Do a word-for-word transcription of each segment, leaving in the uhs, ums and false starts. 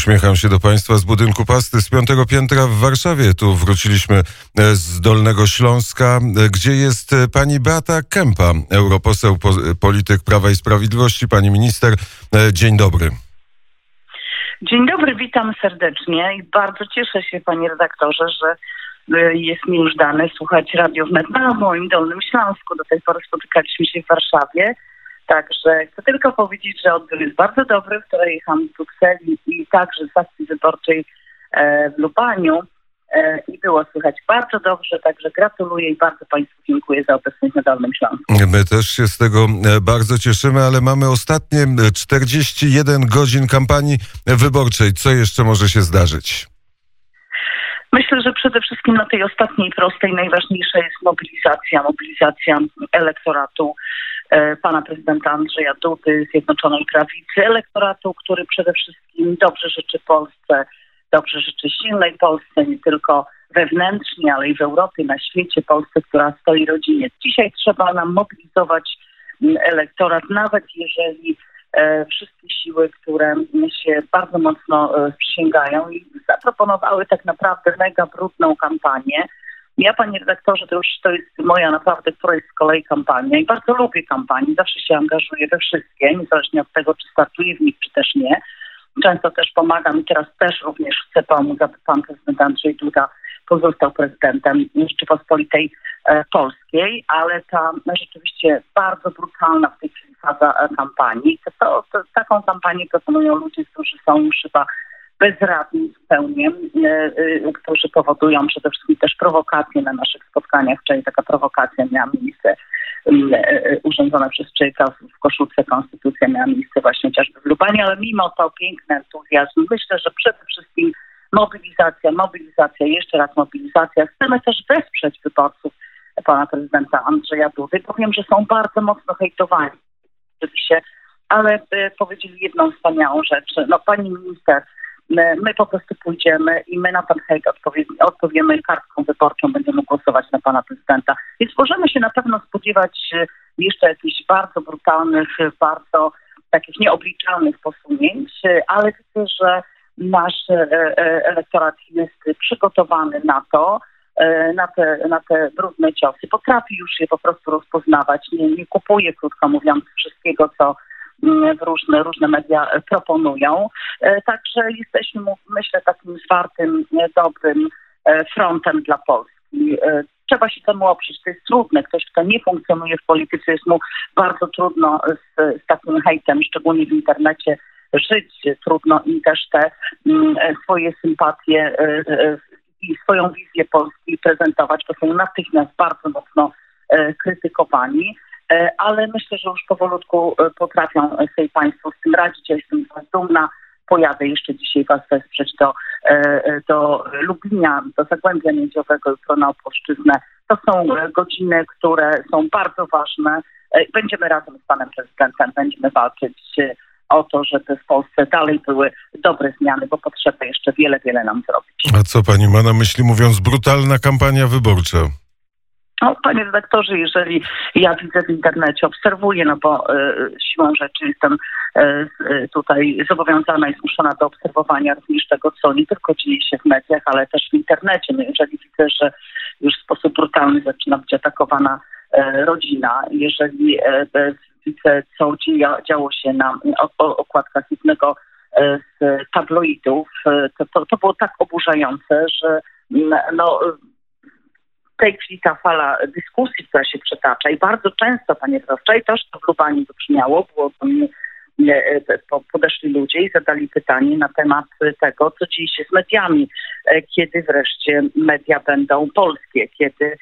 Uśmiecham się do Państwa z budynku Pasty z piątego piętra w Warszawie. Tu wróciliśmy z Dolnego Śląska, gdzie jest pani Beata Kempa, europoseł, polityk Prawa i Sprawiedliwości. Pani minister, dzień dobry. Dzień dobry, witam serdecznie i bardzo cieszę się, panie redaktorze, że jest mi już dane słuchać Radio Wnet na moim Dolnym Śląsku. Do tej pory spotykaliśmy się w Warszawie. Także chcę tylko powiedzieć, że odbiór jest bardzo dobry. Wczoraj jechałam z Brukseli i także z akcji wyborczej w Lubaniu i było słychać bardzo dobrze, także gratuluję i bardzo Państwu dziękuję za obecność na Dolnym Śląsku. My też się z tego bardzo cieszymy, ale mamy ostatnie czterdzieści jeden godzin kampanii wyborczej. Co jeszcze może się zdarzyć? Myślę, że przede wszystkim na tej ostatniej prostej najważniejsza jest mobilizacja, mobilizacja elektoratu e, pana prezydenta Andrzeja Dudy, Zjednoczonej Prawicy, elektoratu, który przede wszystkim dobrze życzy Polsce, dobrze życzy silnej Polsce, nie tylko wewnętrznie, ale i w Europie, na świecie, Polsce, która stoi rodzinie. Dzisiaj trzeba nam mobilizować elektorat, nawet jeżeli e, wszystkie siły, które się bardzo mocno e, przysięgają i zaproponowały tak naprawdę mega brudną kampanię. Ja, panie redaktorze, to już to jest moja naprawdę któraś z kolei kampania i bardzo lubię kampanii, zawsze się angażuję we wszystkie, niezależnie od tego, czy startuję w nich, czy też nie. Często też pomagam i teraz też również chcę pomóc, aby pan prezydent Andrzej Duda pozostał prezydentem Rzeczypospolitej e, Polskiej, ale ta no, rzeczywiście bardzo brutalna w tej chwili faza e, kampanii. To, to, to, taką kampanię proponują ludzie, którzy są już chyba bezradni zupełnie, e, e, którzy powodują przede wszystkim też prowokacje na naszych spotkaniach. Wczoraj taka prowokacja miała miejsce e, e, urządzona przez człowieka w koszulce Konstytucja miała miejsce właśnie chociażby w Lubaniu, ale mimo to piękny entuzjazm. Myślę, że przede wszystkim mobilizacja, mobilizacja, jeszcze raz mobilizacja. Chcemy też wesprzeć wyborców pana prezydenta Andrzeja Dudy. Powiem, że są bardzo mocno hejtowani, oczywiście, ale y, powiedzieli jedną wspaniałą rzecz. No pani minister, my, my po prostu pójdziemy i my na ten hejt odpowie, odpowiemy kartką wyborczą, będziemy głosować na pana prezydenta. Więc możemy się na pewno spodziewać y, jeszcze jakichś bardzo brutalnych, bardzo takich nieobliczalnych posunięć, y, ale widzę, że nasz elektorat jest przygotowany na to, na te, na te brudne ciosy. Potrafi już je po prostu rozpoznawać. Nie, nie kupuje, krótko mówiąc, wszystkiego, co w różne, różne media proponują. Także jesteśmy, myślę, takim zwartym, dobrym frontem dla Polski. Trzeba się temu oprzeć. To jest trudne. Ktoś, kto nie funkcjonuje w polityce, jest mu bardzo trudno z, z takim hejtem, szczególnie w internecie, żyć. Trudno im też te m, swoje sympatie e, e, i swoją wizję Polski prezentować, bo są natychmiast bardzo mocno e, krytykowani, e, ale myślę, że już powolutku e, potrafią sobie państwo z tym radzić. Ja jestem z was dumna. Pojadę jeszcze dzisiaj was wesprzeć do, e, do Lublinia, do Zagłębia Miedziowego, jutro na Opolszczyznę. To są e, godziny, które są bardzo ważne. E, będziemy razem z panem prezydentem, będziemy walczyć e, o to, żeby w Polsce dalej były dobre zmiany, bo potrzeba jeszcze wiele, wiele nam zrobić. A co pani ma na myśli, mówiąc brutalna kampania wyborcza? No, panie redaktorze, jeżeli ja widzę w internecie, obserwuję, no bo e, siłą rzeczy jestem e, tutaj zobowiązana i zmuszona do obserwowania również tego, co nie tylko dzieje się w mediach, ale też w internecie. No, jeżeli widzę, że już w sposób brutalny zaczyna być atakowana e, rodzina, jeżeli e, widzę, co działo się na okładkach jednego z tabloidów, to, to, to było tak oburzające, że no, w tej chwili ta fala dyskusji, która się przetacza i bardzo często, panie redaktorze, i też to w Lubaniu wybrzmiało, było to mnie, podeszli ludzie i zadali pytanie na temat tego, co dzieje się z mediami, kiedy wreszcie media będą polskie, kiedy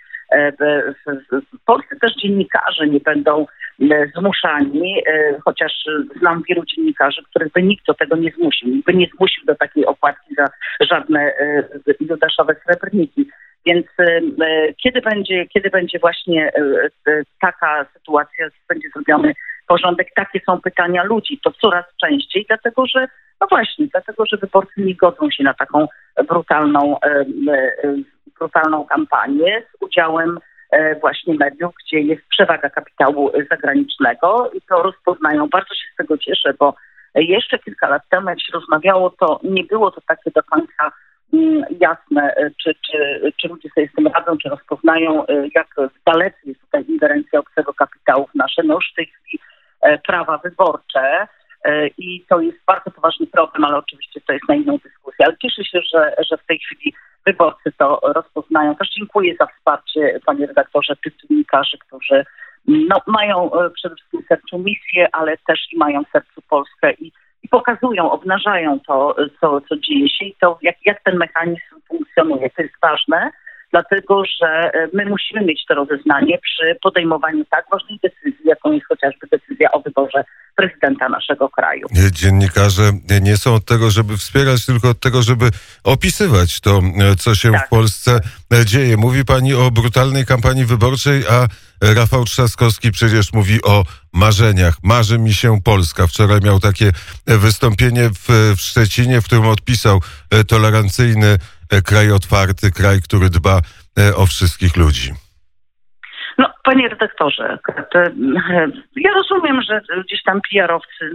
w Polsce też dziennikarze nie będą zmuszani, chociaż znam wielu dziennikarzy, których by nikt do tego nie zmusił. Nikt by nie zmusił do takiej opłatki za żadne judaszowe srebrniki. Więc kiedy będzie, kiedy będzie właśnie taka sytuacja, będzie zrobiony porządek, takie są pytania ludzi, to coraz częściej, dlatego że, no właśnie, dlatego że wyborcy nie godzą się na taką brutalną, brutalną kampanię z udziałem właśnie mediów, gdzie jest przewaga kapitału zagranicznego i to rozpoznają. Bardzo się z tego cieszę, bo Jeszcze kilka lat temu, jak się rozmawiało, to nie było to takie do końca jasne, czy, czy, czy ludzie sobie z tym radzą, czy rozpoznają, jak dalece jest tutaj ingerencja obcego kapitału w nasze, no już w tej chwili prawa wyborcze. I to jest bardzo poważny problem, ale oczywiście to jest na inną dyskusję. Ale cieszę się, że, że w tej chwili wyborcy to rozpoznają. Też dziękuję za wsparcie, panie redaktorze, tych dziennikarzy, którzy no, mają przede wszystkim w sercu misję, ale też i mają w sercu Polskę i, i pokazują, obnażają to, co, co dzieje się i to, jak, jak ten mechanizm funkcjonuje. To jest ważne, dlatego że my musimy mieć to rozeznanie przy podejmowaniu tak ważnej decyzji, jaką jest chociażby decyzja o wyborze prezydenta naszego kraju. Dziennikarze nie są od tego, żeby wspierać, tylko od tego, żeby opisywać to, co się tak w Polsce dzieje. Mówi pani o brutalnej kampanii wyborczej, a Rafał Trzaskowski przecież mówi o marzeniach. Marzy mi się Polska. Wczoraj miał takie wystąpienie w, w Szczecinie, w którym odpisał tolerancyjny kraj otwarty, kraj, który dba o wszystkich ludzi. No, panie redaktorze, ja rozumiem, że gdzieś tam P R-owcy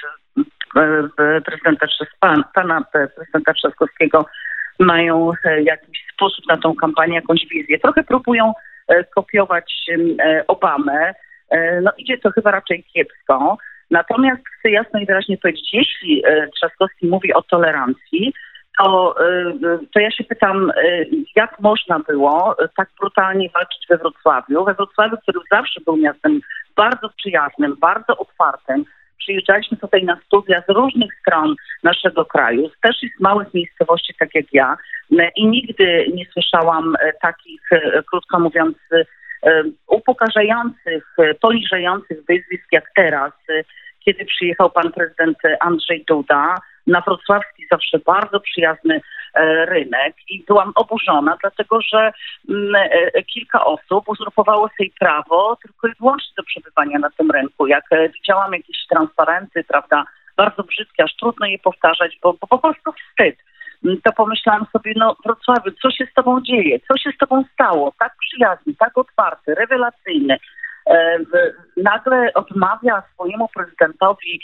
prezydenta, pana prezydenta Trzaskowskiego mają jakiś sposób na tą kampanię, jakąś wizję. Trochę próbują kopiować Obamę. No idzie to chyba raczej kiepsko. Natomiast chcę jasno i wyraźnie powiedzieć, jeśli Trzaskowski mówi o tolerancji, To, to ja się pytam, jak można było tak brutalnie walczyć we Wrocławiu? We Wrocławiu, który zawsze był miastem bardzo przyjaznym, bardzo otwartym. Przyjeżdżaliśmy tutaj na studia z różnych stron naszego kraju, też i z małych miejscowości, tak jak ja. I nigdy nie słyszałam takich, krótko mówiąc, upokarzających, poniżających wyzwisk jak teraz, kiedy przyjechał pan prezydent Andrzej Duda na wrocławski zawsze bardzo przyjazny e, rynek i byłam oburzona, dlatego że m, e, kilka osób uzurpowało sobie prawo tylko i wyłącznie do przebywania na tym rynku. Jak e, widziałam jakieś transparenty, prawda, bardzo brzydkie, aż trudno je powtarzać, bo, bo po prostu wstyd. To pomyślałam sobie, no Wrocławiu, co się z tobą dzieje? Co się z tobą stało? Tak przyjazny, tak otwarty, rewelacyjny. Nagle odmawia swojemu prezydentowi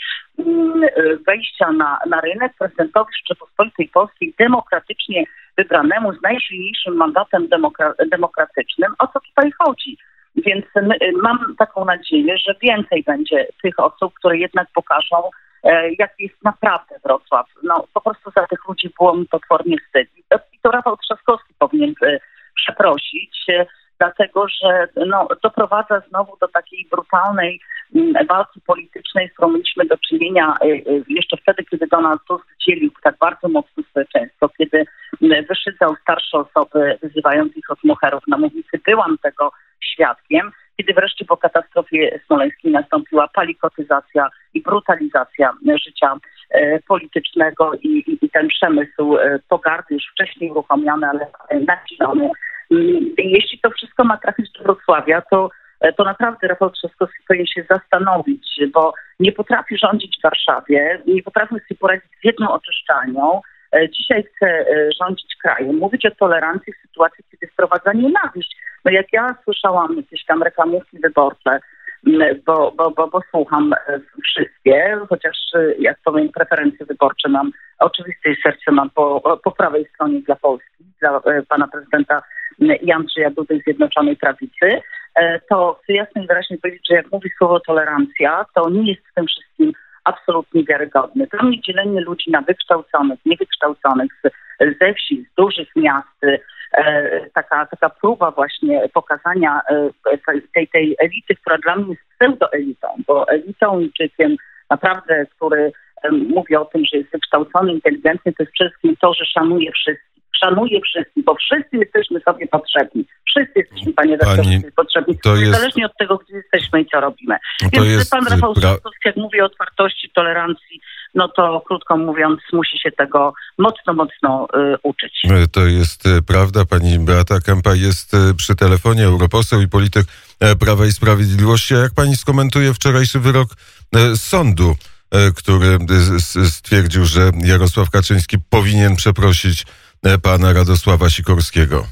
wejścia na, na rynek, prezydentowi Rzeczypospolitej Polskiej demokratycznie wybranemu z najsilniejszym mandatem demokra- demokratycznym. O co tutaj chodzi? Więc my, mam taką nadzieję, że więcej będzie tych osób, które jednak pokażą, jak jest naprawdę Wrocław. No po prostu za tych ludzi było mi potwornie wstyd. I to Rafał Trzaskowski powinien przeprosić, dlatego że no, doprowadza znowu do takiej brutalnej walki politycznej, z którą mieliśmy do czynienia jeszcze wtedy, kiedy Donald Tusk dzielił tak bardzo mocno społeczeństwo, kiedy wyszydzał starsze osoby, wyzywając ich od moherów na mównicy. Byłam tego świadkiem, kiedy wreszcie po katastrofie smoleńskiej nastąpiła palikotyzacja i brutalizacja życia politycznego i, i, i ten przemysł pogardy już wcześniej uruchomiony, ale nasilony. Jeśli to wszystko ma trafić do Wrocławia, to, to naprawdę Rafał Trzaskowski powinien się zastanowić, bo nie potrafi rządzić w Warszawie, nie potrafi sobie poradzić z jedną oczyszczalnią. Dzisiaj chce rządzić krajem, mówić o tolerancji w sytuacji, kiedy wprowadza nienawiść. No jak ja słyszałam jakieś tam reklamówki wyborcze, bo, bo, bo, bo słucham wszystkie, chociaż jak powiem preferencje wyborcze mam, oczywiste serce mam po, po prawej stronie dla Polski, dla pana prezydenta i Andrzeja Dudy Zjednoczonej Prawicy, to chcę jasno i wyraźnie powiedzieć, że jak mówi słowo tolerancja, to nie jest w tym wszystkim absolutnie wiarygodny. Dla mnie dzielenie ludzi na wykształconych, niewykształconych, z, ze wsi, z dużych miast, e, taka, taka próba właśnie pokazania e, tej, tej elity, która dla mnie jest pseudoelitą, bo elitą i czykiem naprawdę, który e, mówi o tym, że jest wykształcony, inteligentny, to jest przede wszystkim to, że szanuje wszystkich. Szanuje wszystkich, bo wszyscy jesteśmy sobie potrzebni. Wszyscy jesteśmy, panie redaktorze, potrzebni. Niezależnie jest... od tego, gdzie jesteśmy i co robimy. To Więc jest... pan Rafał pra... Trzaskowski, jak mówi o otwartości, tolerancji, no to krótko mówiąc, musi się tego mocno, mocno y, uczyć. To jest prawda. Pani Beata Kempa jest przy telefonie, europoseł i polityk Prawa i Sprawiedliwości. A jak pani skomentuje wczorajszy wyrok sądu, który stwierdził, że Jarosław Kaczyński powinien przeprosić pana Radosława Sikorskiego?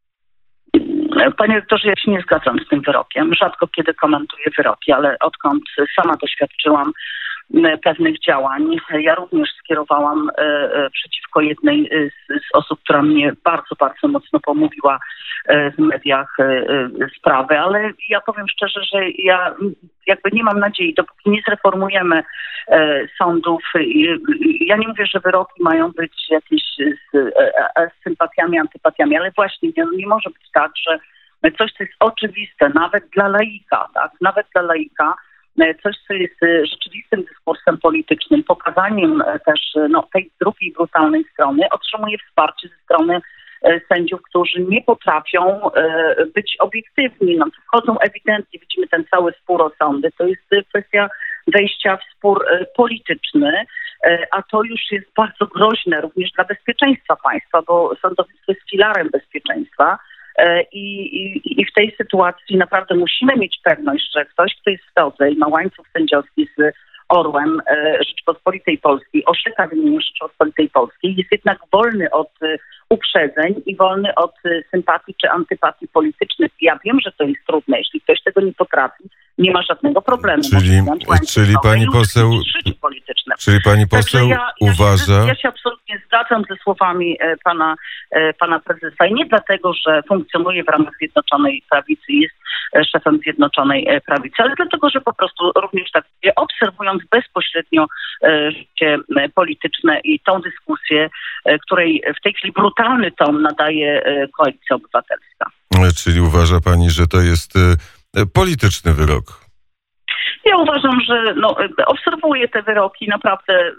Panie rektorze, ja się nie zgadzam z tym wyrokiem. Rzadko kiedy komentuję wyroki, ale odkąd sama doświadczyłam pewnych działań. Ja również skierowałam przeciwko jednej z, z osób, która mnie bardzo, bardzo mocno pomówiła w mediach sprawy, ale ja powiem szczerze, że ja jakby nie mam nadziei, dopóki nie zreformujemy sądów. Ja nie mówię, że wyroki mają być jakieś z, z sympatiami, antypatiami, ale właśnie nie, nie może być tak, że coś, co jest oczywiste, nawet dla laika, tak, nawet dla laika, coś, co jest rzeczywistym dyskursem politycznym, pokazaniem też no, tej drugiej brutalnej strony, otrzymuje wsparcie ze strony sędziów, którzy nie potrafią być obiektywni. No, wchodzą ewidentnie, widzimy ten cały spór o sądy, to jest kwestia wejścia w spór polityczny, a to już jest bardzo groźne również dla bezpieczeństwa państwa, bo sądownictwo jest filarem bezpieczeństwa. I, i, I w tej sytuacji naprawdę musimy mieć pewność, że ktoś, kto jest w todze i ma łańcuch sędziowski z orłem Rzeczypospolitej Polskiej, orzeka w imieniu Rzeczypospolitej Polskiej, jest jednak wolny od uprzedzeń i wolny od sympatii czy antypatii politycznych. Ja wiem, że to jest trudne. Jeśli ktoś tego nie potrafi, nie ma żadnego problemu. Czyli, czyli pani poseł, czyli pani poseł ja, uważa... Ja się, ja się absolutnie zgadzam ze słowami e, pana, e, pana prezesa i nie dlatego, że funkcjonuje w ramach Zjednoczonej Prawicy, jest e, szefem Zjednoczonej e, Prawicy, ale dlatego, że po prostu również tak obserwując bezpośrednio e, życie e, polityczne i tą dyskusję, e, której w tej chwili brutalny ton nadaje e, Koalicja Obywatelska. Czyli uważa pani, że to jest e, polityczny wyrok? Ja uważam, że no, obserwuję te wyroki naprawdę.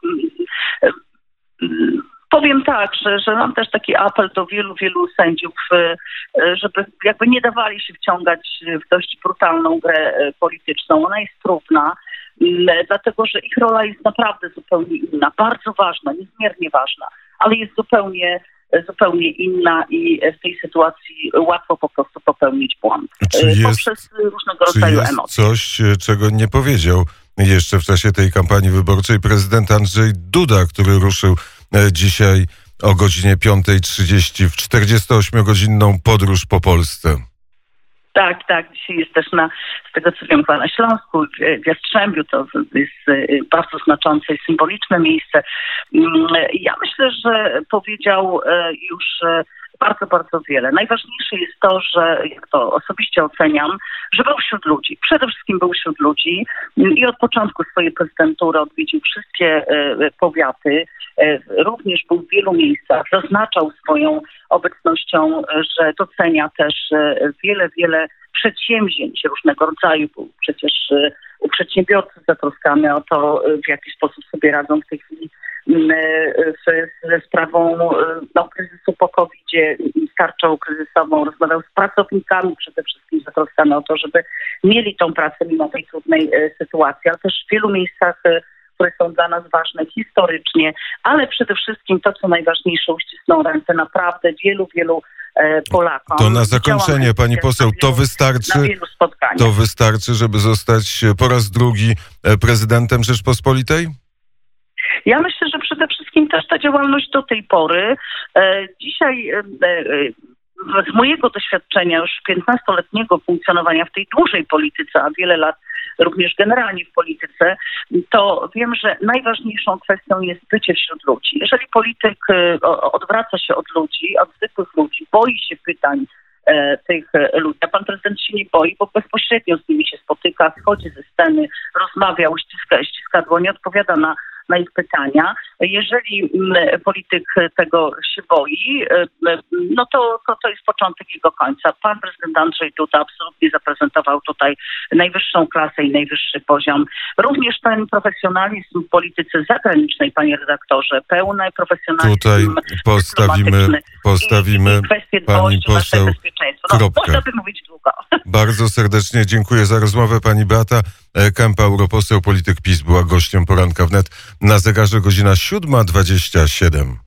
Powiem tak, że, że mam też taki apel do wielu, wielu sędziów, żeby jakby nie dawali się wciągać w dość brutalną grę polityczną. Ona jest trudna, dlatego że ich rola jest naprawdę zupełnie inna, bardzo ważna, niezmiernie ważna, ale jest zupełnie zupełnie inna i w tej sytuacji łatwo po prostu popełnić błąd. Czy jest, poprzez różnego rodzaju jest emocje. Coś, czego nie powiedział jeszcze w czasie tej kampanii wyborczej prezydent Andrzej Duda, który ruszył dzisiaj o godzinie piątej trzydzieści w czterdziestoośmiogodzinną podróż po Polsce? Tak, tak. Dzisiaj jest też na, z tego co wiem, na Śląsku, w Jastrzębiu, to jest bardzo znaczące i symboliczne miejsce. Ja myślę, że powiedział już bardzo, bardzo wiele. Najważniejsze jest to, że, jak to osobiście oceniam, że był wśród ludzi. Przede wszystkim był wśród ludzi i od początku swojej prezydentury odwiedził wszystkie powiaty. Również był w wielu miejscach. Zaznaczał swoją obecnością, że docenia też wiele, wiele przedsięwzięć różnego rodzaju. Był przecież przedsiębiorcy zatroskany o to, w jaki sposób sobie radzą w tej chwili ze sprawą no, kryzysu po kowiedzie, z tarczą kryzysową. Rozmawiał z pracownikami przede wszystkim zatroskany o to, żeby mieli tą pracę mimo tej trudnej sytuacji, ale też w wielu miejscach, które są dla nas ważne historycznie, ale przede wszystkim to, co najważniejsze, uścisnął ręce naprawdę wielu, wielu Polakom. To na zakończenie, pani poseł, to wystarczy, to wystarczy, żeby zostać po raz drugi prezydentem Rzeczpospolitej? Ja myślę, że przede wszystkim też ta działalność do tej pory. Dzisiaj z mojego doświadczenia już piętnastoletniego funkcjonowania w tej dłużej polityce, a wiele lat również generalnie w polityce, to wiem, że najważniejszą kwestią jest bycie wśród ludzi. Jeżeli polityk odwraca się od ludzi, od zwykłych ludzi, boi się pytań tych ludzi, a pan prezydent się nie boi, bo bezpośrednio z nimi się spotyka, schodzi ze sceny, rozmawia, ściska, ściska dłonie, odpowiada na na ich pytania. Jeżeli polityk tego się boi, no to, to to jest początek jego końca. Pan prezydent Andrzej Duda absolutnie zaprezentował tutaj najwyższą klasę i najwyższy poziom. Również ten profesjonalizm w polityce zagranicznej, panie redaktorze, pełny profesjonalizm. Tutaj postawimy, postawimy kwestię pani poseł bezpieczeństwa. No, kropkę. można by mówić długo. Bardzo serdecznie dziękuję za rozmowę. Pani Beata Kempa, europoseł, polityk PiS, była gościem Poranka Wnet. Na zegarze godzina siódma dwadzieścia siedem.